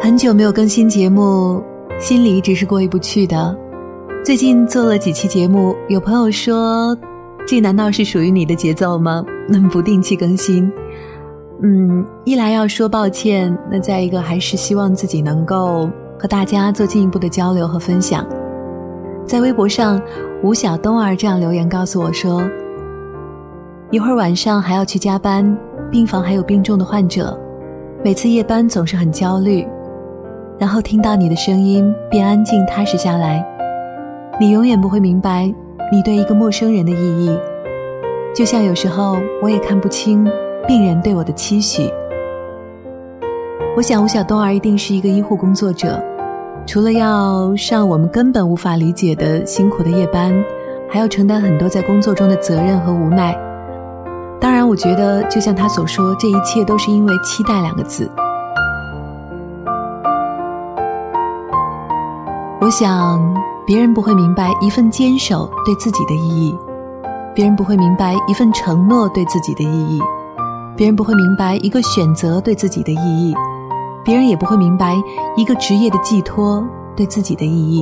很久没有更新节目，心里一直是过意不去的。最近做了几期节目，有朋友说这难道是属于你的节奏吗？不定期更新。一来要说抱歉，那再一个还是希望自己能够和大家做进一步的交流和分享。在微博上，吴晓东儿这样留言告诉我说，一会儿晚上还要去加班，病房还有病重的患者，每次夜班总是很焦虑，然后听到你的声音便安静踏实下来。你永远不会明白你对一个陌生人的意义，就像有时候我也看不清病人对我的期许。我想吴晓东儿一定是一个医护工作者，除了要上我们根本无法理解的辛苦的夜班，还要承担很多在工作中的责任和无奈。当然我觉得就像他所说，这一切都是因为期待2个字。我想别人不会明白一份坚守对自己的意义，别人不会明白一份承诺对自己的意义，别人不会明白一个选择对自己的意义，别人也不会明白一个职业的寄托对自己的意义。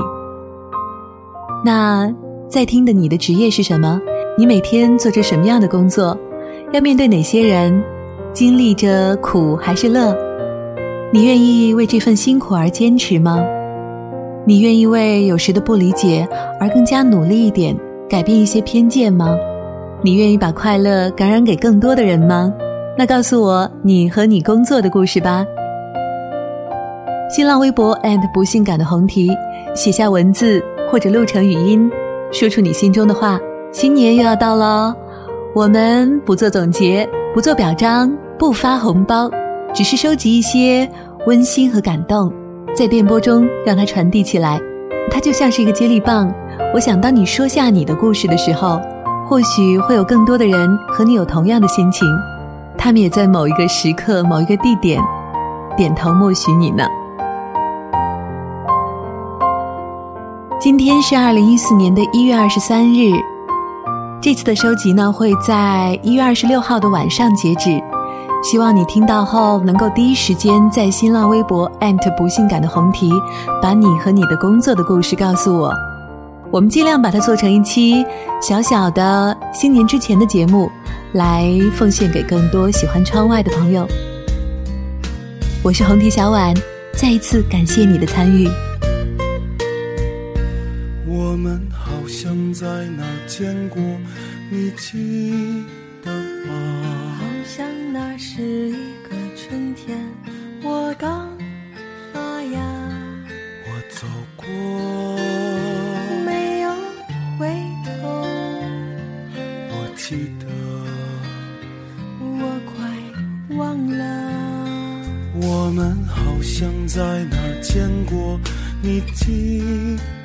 那在听的你的职业是什么？你每天做着什么样的工作？要面对哪些人？经历着苦还是乐？你愿意为这份辛苦而坚持吗？你愿意为有时的不理解而更加努力一点，改变一些偏见吗？你愿意把快乐感染给更多的人吗？那告诉我你和你工作的故事吧。新浪微博不性感的红提，写下文字或者录成语音，说出你心中的话。新年又要到了，我们不做总结，不做表彰，不发红包，只是收集一些温馨和感动，在电波中让它传递起来。它就像是一个接力棒，我想当你说下你的故事的时候，或许会有更多的人和你有同样的心情，他们也在某一个时刻某一个地点点头默许你呢。今天是2014年的1月23日，这次的收集呢会在1月26号的晚上截止，希望你听到后能够第一时间在新浪微博不性感的红提把你和你的工作的故事告诉我。我们尽量把它做成一期小小的新年之前的节目，来奉献给更多喜欢窗外的朋友。我是红提小婉，再一次感谢你的参与。 我们好像在哪儿见过，你记得吗？ 好像那是一个春天，我刚发芽， 我走过没有回头， 我记得我快忘了。 我们好像在哪儿见过，你记得